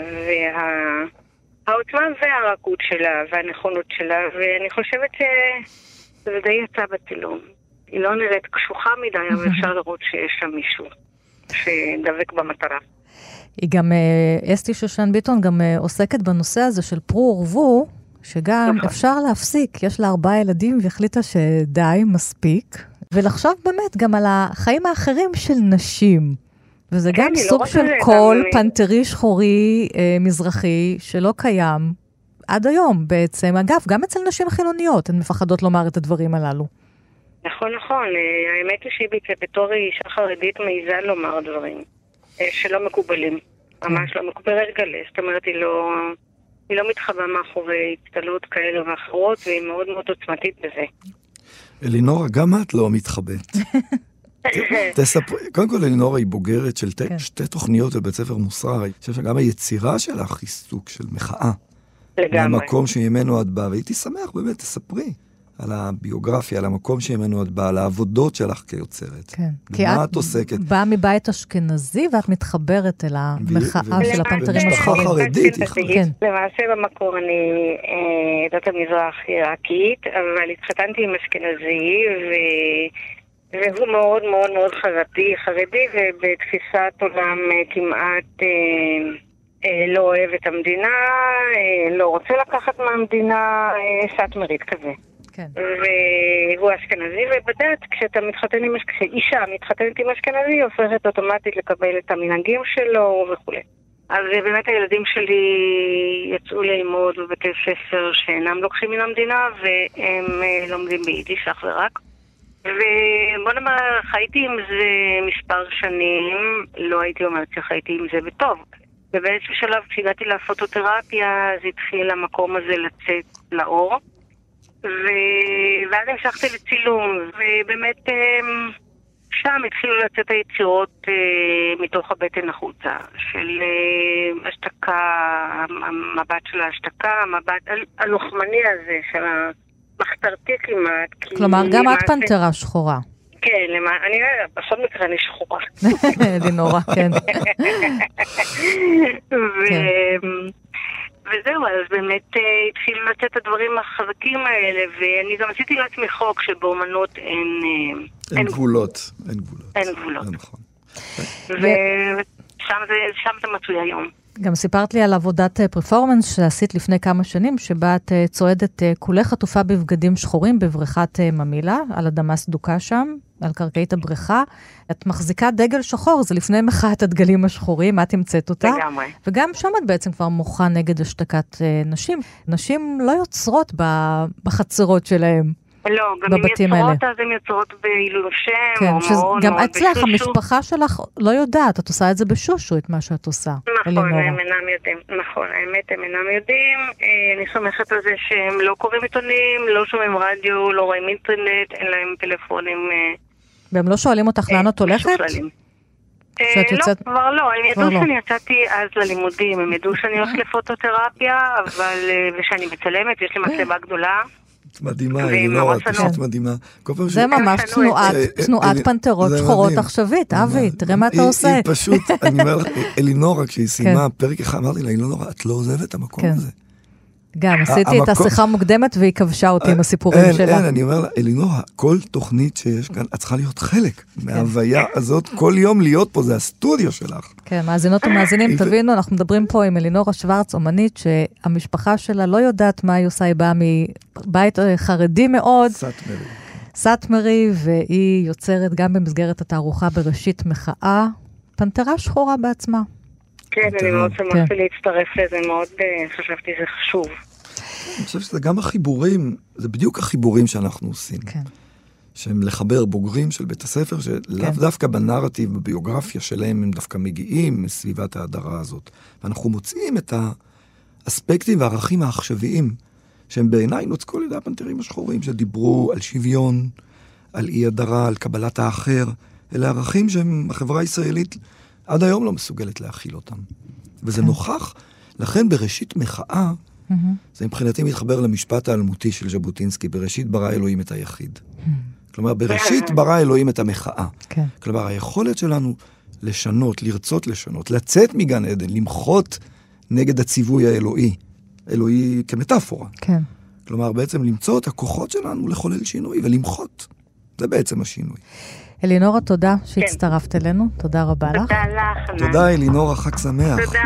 והעוצמה והרכות שלה, והנכונות שלה, ואני חושבת שזה די יצא בצילום. היא לא נראית קשוחה מדי, אבל אפשר לראות שיש שם מישהו שדבק במטרה. היא גם, אסתי שושן ביטון, גם עוסקת בנושא הזה של פרו ורבו, שגם אפשר להפסיק, יש לה ארבעה ילדים והחליטה שדי, מספיק, ולחשוב באמת גם על החיים האחרים של נשים. וזה כן, גם לא סוג רק של זה, קול גם- פנתרי שחורי אה, מזרחי שלא קיים עד היום בעצם. אגב, גם אצל נשים חילוניות הן מפחדות לומר את הדברים הללו. נכון, נכון. אה, האמת היא שהיא בת- בתור אישה חרדית מעיזה לומר דברים אה, שלא מקובלים. ממש לא מקובל רגלה. זאת אומרת, היא לא, היא לא מתחבא מאחורי הצטלות כאלה ואחרות, והיא מאוד מאוד עוצמתית בזה. אלינורה, גם את לא מתחבאת. תספרי, קודם כל אלינורה היא בוגרת של ת- שתי תוכניות בבית ספר מוסר. אני חושב שגם היצירה שלך היא סוג של מחאה. לגמרי. מהמקום שימנו את באה, והייתי שמח באמת, תספרי על הביוגרפיה, על המקום שימנו את באה, על העבודות שלך כיוצרת. כן. כי במה את את עוסקת? באה מבית אשכנזי ואת מתחברת אל המחאה של הפנתרים השחורים. חרדית. כן. למעשה במקור אני אה, דת המזרח עיראקית, אבל התחתנתי עם אשכנזי, ו... והוא מאוד מאוד מאוד חרדי, חרדי ובתפיסת עולם אה, כמעט אה, אה, לא אוהב את המדינה, אה, לא רוצה לקחת מהמדינה, אה, סאטמרית כזה. כן. והוא אשכנזי, ובדת, כשאתה מתחתן עם אשכנזי, כשאישה מתחתנת עם אשכנזי, הופכת אוטומטית לקבל את המנהגים שלו וכו'. אז באמת הילדים שלי יצאו ללמוד בבתי ספר שאינם לוקחים מן המדינה, והם אה, לומדים ביידיש אך ורק. ובוא נאמר, חייתי עם זה מספר שנים, לא הייתי אומרת שחייתי עם זה בטוב. ובאיזשהו שלב, כשהגעתי לפוטותרפיה, אז התחיל המקום הזה לצאת לאור. ו... ואז המשכתי לצילום, ובאמת שם התחילו לצאת היצירות מתוך הבטן החוצה, של השתקה, המבט של ההשתקה, המבט הלוחמני הזה, של המחתרתי כמעט. כלומר, גם את למעשה... פנתרה שחורה. כן, למה... אני בכל מקרה אני שחורה. לינורה, כן. ו... וזהו, אז באמת התחילו לצאת הדברים החזקים האלה, ואני גם עשיתי לעצמי חוק שבאומנות אין... אין גבולות. אין גבולות. אין גבולות. נכון. ושם זה מצוי היום. גם סיפרת לי על עבודת פרפורמנס שעשית לפני כמה שנים, שבה את צועדת כולך עטופה בבגדים שחורים בבריכת ממילה, על אדמה סדוקה שם, על קרקעית הבריכה. את מחזיקה דגל שחור, זה לפני מחאת הדגלים השחורים, את המצאת אותה. לגמרי. וגם שם את בעצם כבר מוחה נגד השתקת נשים. נשים לא יוצרות בחצרות שלהם. לא, גם אם יוצרות, אז הן יוצרות בעילול שם, כן, או מעון, גם או אצלך, בשושו. המשפחה שלך לא יודעת, את עושה את זה בשושו, את מה שאת עושה. נכון, הם אינם יודעים. נכון, האמת, הם אינם יודעים. אני סומכת על זה שהם לא קוראים עיתונים, לא שומעים רדיו, לא רואים אינטרנט, אין להם טלפונים. והם לא שואלים אותך לאן את הולכת? לא, כבר לא. הם ידעו שאני יצאתי אז ללימודים, הם ידעו שאני הולכת לפוטותרפיה, ושאני מצלמת, יש לי מצלמה גדולה. מדהימה, אלינורה, פשוט מדהימה. זה ממש תנועת פנתרות שחורות עכשווית, אבי, תראה מה אתה עושה. היא פשוט, אני אומר לך, אלינורה, כשהיא סיימה פרק אחד, אמרתי לה, אלינורה, את לא עוזבת את המקום הזה. גם, עשיתי את השיחה המוקדמת והיא כבשה אותי עם הסיפורים שלה. אין, אין, אני אומר לה, אלינורה, כל תוכנית שיש כאן, את צריכה להיות חלק מההוויה הזאת, כל יום להיות פה, זה הסטודיו שלך. כן, מאזינות ומאזינים, תבינו, אנחנו מדברים פה עם אלינורה שוורץ, אומנית, שהמשפחה שלה לא יודעת מה היא עושה, היא באה מבית חרדי מאוד. סאטמרי. סאטמרי, והיא יוצרת גם במסגרת התערוכה בראשית מחאה, פנתרה שחורה בעצמה. כן, אני מאוד שמחתי להצטרף לזה, מאוד חשבתי זה חשוב. אני חושב שזה גם החיבורים, זה בדיוק החיבורים שאנחנו עושים. כן. שהם לחבר בוגרים של בית הספר, שלאו דווקא בנרטיב, בביוגרפיה שלהם, הם דווקא מגיעים מסביבת ההדרה הזאת. ואנחנו מוצאים את האספקטים והערכים העכשוויים, שהם בעיניי נוצקו לידי הפנתרים השחורים, שדיברו על שוויון, על אי הדרה, על קבלת האחר. אלה ערכים שהם, החברה הישראלית עד היום לא מסוגלת להכיל אותם. וזה נוכח, לכן בראשית מחאה, זה מבחינתי מתחבר למשפט האלמותי של ז'בוטינסקי, בראשית ברא אלוהים את היחיד. כלומר, בראשית ברא אלוהים את המחאה. כלומר, היכולת שלנו לשנות, לרצות לשנות, לצאת מגן עדן, למחות נגד הציווי האלוהי, אלוהי כמטאפורה. כן. כלומר, בעצם למצוא את הכוחות שלנו לחולל שינוי ולמחות. זה בעצם השינוי. אלינורה, תודה שהצטרפת אלינו. תודה רבה לך. תודה לך. תודה, אלינורה, חג שמח. תודה.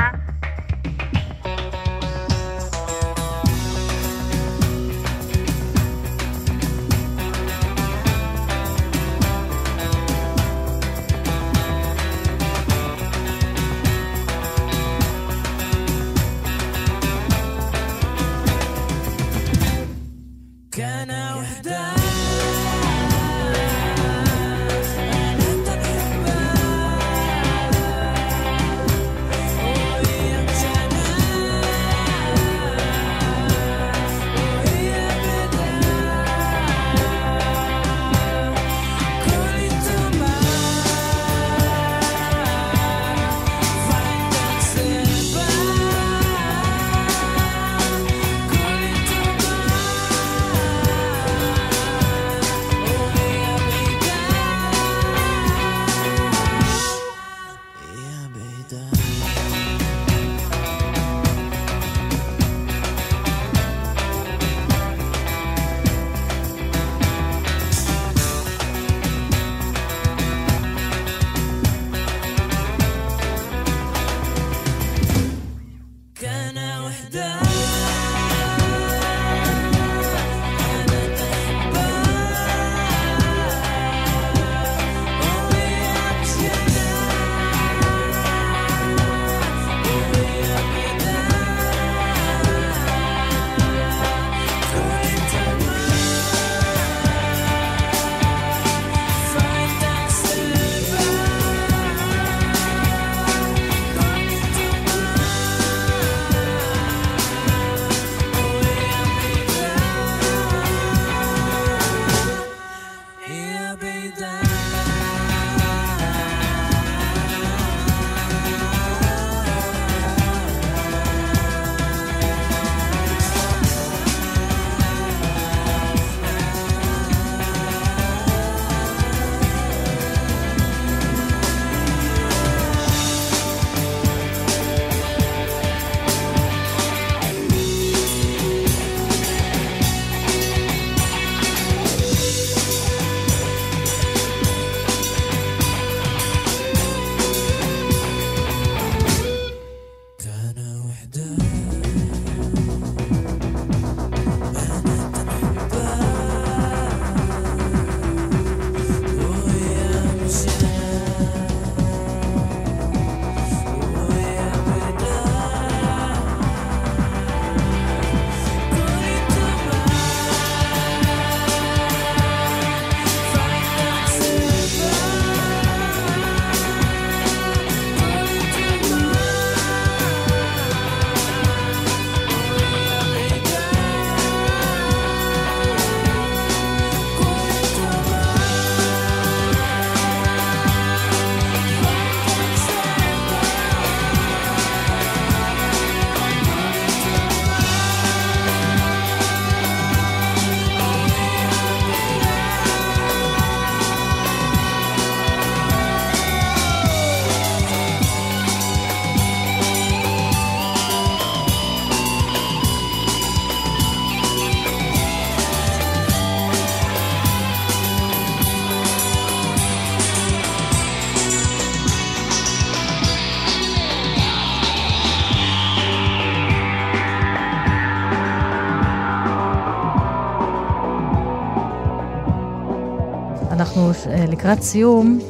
אנחנו לקראת סיום,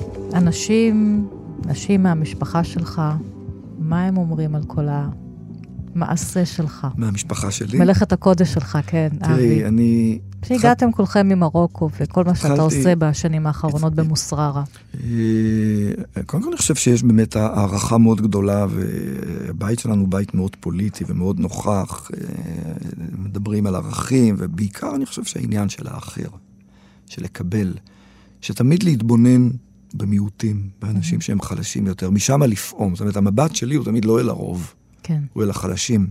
אנשים, נשים מהמשפחה שלך, מה הם אומרים על כל המעשה שלך? מהמשפחה שלי? מלאכת הקודש שלך, כן, אבי. תראי, אני... שהגעתם כולכם ממרוקו, וכל מה שאתה עושה בשנים האחרונות במוסררה. קודם כל אני חושב שיש באמת הערכה מאוד גדולה, והבית שלנו הוא בית מאוד פוליטי ומאוד נוכח, מדברים על ערכים, ובעיקר אני חושב שהעניין של האחר, של לקבל, שתמיד להתבונן במיעוטים, באנשים שהם חלשים יותר, משם לפעום. זאת אומרת, המבט שלי הוא תמיד לא אל הרוב, כן. הוא אל החלשים.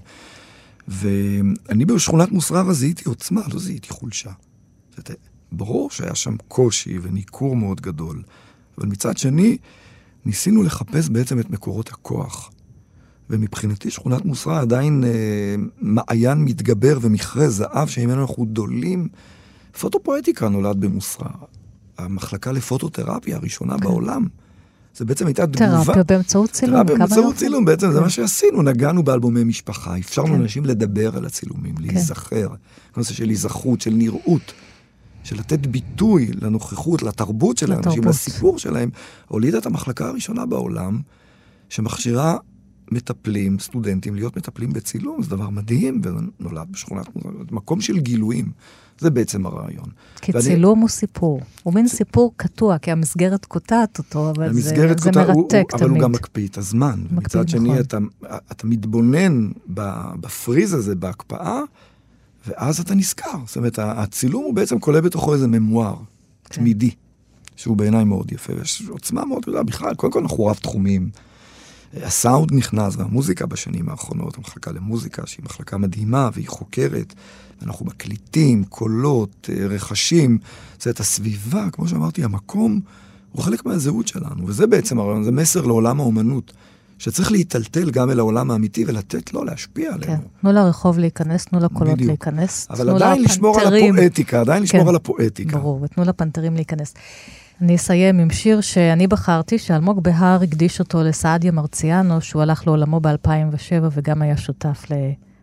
ואני בשכונת מוסררה זיהיתי עוצמה, לא זיהיתי חולשה. זאת, ברור שהיה שם קושי וניכור מאוד גדול, אבל מצד שני, ניסינו לחפש בעצם את מקורות הכוח. ומבחינתי שכונת מוסררה עדיין אה, מעיין מתגבר ומכרה זהב, שממנו אנחנו דולים. פוטופואטיקה נולד במוסררה. המחלקה לפוטותרפיה הראשונה כן. בעולם. זה בעצם הייתה תגובה... תרפיה באמצעות צילום. תרפיה באמצעות צילום, בעצם זה מה שעשינו. נגענו באלבומי משפחה, אפשרנו לאנשים לדבר על הצילומים, להיזכר. נושא של היזכרות, של נראות, של לתת ביטוי לנוכחות, לתרבות של האנשים, לסיפור שלהם. הולידה את המחלקה הראשונה בעולם, שמכשירה מטפלים, סטודנטים, להיות מטפלים בצילום. זה דבר מדהים, ונולד בשכונת מקום של גילויים. זה בעצם הרעיון. כי ואני... צילום הוא סיפור. הוא מין סיפור קטוע, כי המסגרת קוטעת אותו, אבל זה, זה מרתק הוא, תמיד. אבל הוא גם מקפיא את הזמן. מצד נכון. שני, אתה, אתה מתבונן בפריז הזה, בהקפאה, ואז אתה נזכר. זאת אומרת, הצילום הוא בעצם כולל בתוכו איזה ממואר, כן. תמידי, שהוא בעיניי מאוד יפה, ויש עוצמה מאוד גדולה בכלל. קודם כל אנחנו רב תחומים. הסאונד נכנס, והמוזיקה בשנים האחרונות, המחלקה למוזיקה, שהיא מחלקה מדהימה, והיא חוקרת, אנחנו מקליטים, קולות, רכשים, זאת הסביבה, כמו שאמרתי, המקום הוא חלק מהזהות שלנו, וזה בעצם הרעיון, זה מסר לעולם האומנות, שצריך להיטלטל גם אל העולם האמיתי, ולתת לו להשפיע עלינו. כן, תנו לרחוב להיכנס, תנו לקולות בדיוק. להיכנס, אבל עדיין לשמור על הפואטיקה, עדיין לשמור כן, על הפואטיקה. ברור, ותנו לפנתרים להיכנס. אני אסיים עם שיר שאני בחרתי, שאלמוג בהר הקדיש אותו לסעדיה מרציאנו, שהוא הלך לעולמו ב-אלפיים ושבע, וגם היה שותף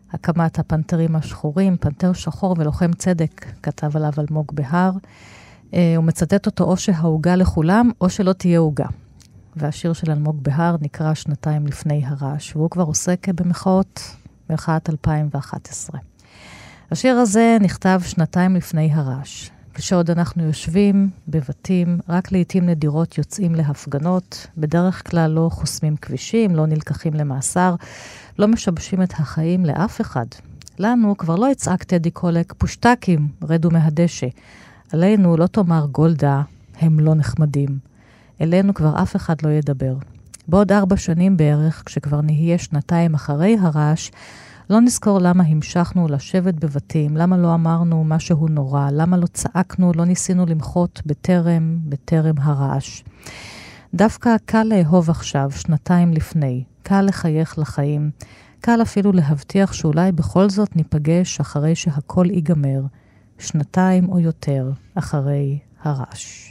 הקמת הפנתרים השחורים, פנתר שחור ולוחם צדק, כתב עליו אלמוג בהר. הוא מצטט אותו או שההוגה לכולם, או שלא תהיה הוגה. והשיר של אלמוג בהר נקרא שנתיים לפני הרעש, והוא כבר עוסק במחאות, מחאת אלפיים ואחת עשרה. השיר הזה נכתב שנתיים לפני הרעש. כשעוד אנחנו יושבים בבתים, רק לעתים נדירות יוצאים להפגנות, בדרך כלל לא חוסמים כבישים, לא נלקחים למאסר, לא משבשים את החיים לאף אחד. לנו כבר לא יצעק טדי קולק, פושטקים, רדו מהדשא. עלינו לא תאמר גולדה, הם לא נחמדים. אלינו כבר אף אחד לא ידבר. בעוד ארבע שנים בערך, כשכבר נהיה שנתיים אחרי הרעש, לא נזכור למה המשכנו לשבת בבתים, למה לא אמרנו משהו נורא, למה לא צעקנו, לא ניסינו למחות בטרם, בטרם הרעש. דווקא קל לאהוב עכשיו, שנתיים לפני, קל לחייך לחיים, קל אפילו להבטיח שאולי בכל זאת ניפגש אחרי שהכל ייגמר, שנתיים או יותר אחרי הרעש.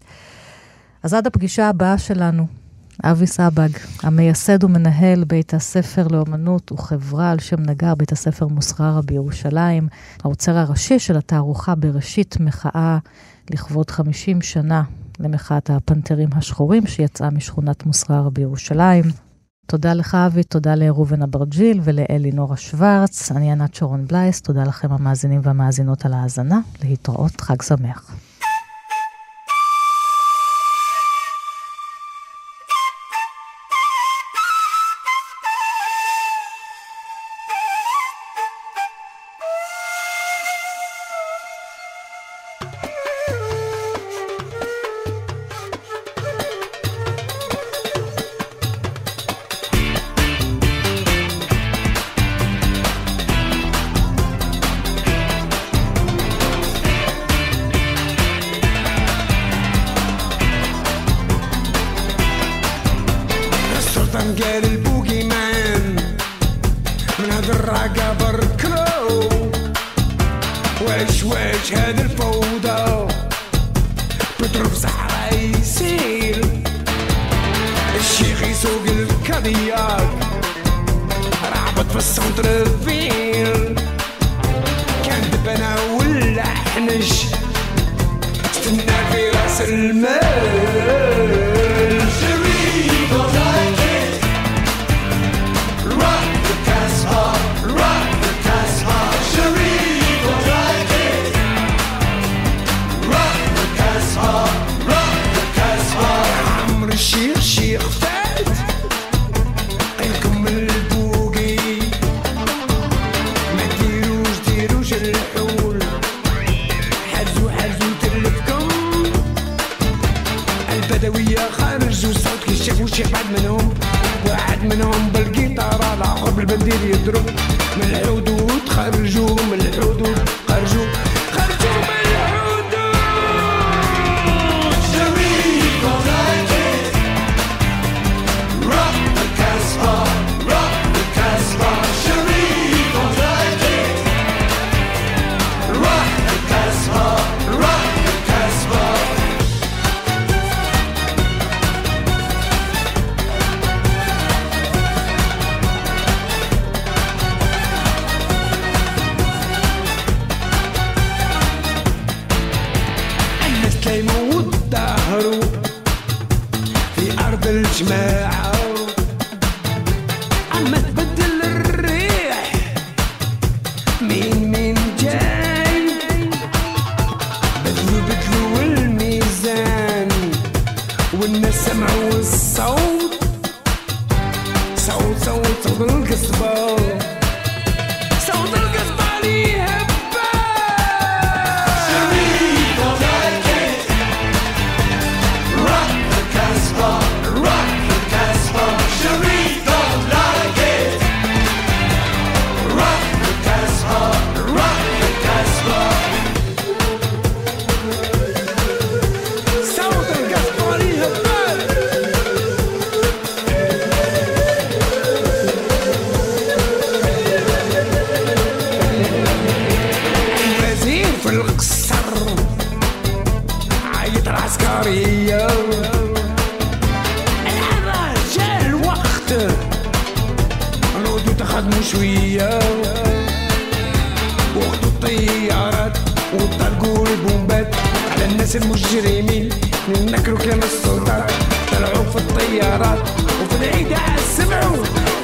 אז עד הפגישה הבאה שלנו, אבי סבג, המייסד ומנהל בית הספר לאומנות וחברה על שם נגר, בית הספר מוסררה בירושלים, האוצר הראשי של התערוכה בראשית מחאה לכבוד חמישים שנה למחאת הפנתרים השחורים שיצאה משכונת מוסררה בירושלים. תודה לך אבי, תודה לרובן אברג'יל ולאלינורה שוורץ, אני ענת שרון בלייס, תודה לכם המאזינים והמאזינות על ההאזנה, להתראות, חג שמח. شوية البومبات على الناس المجرمين ننكروا كلام السلطات طلعوا في الطيارات وفي العيد سمعوا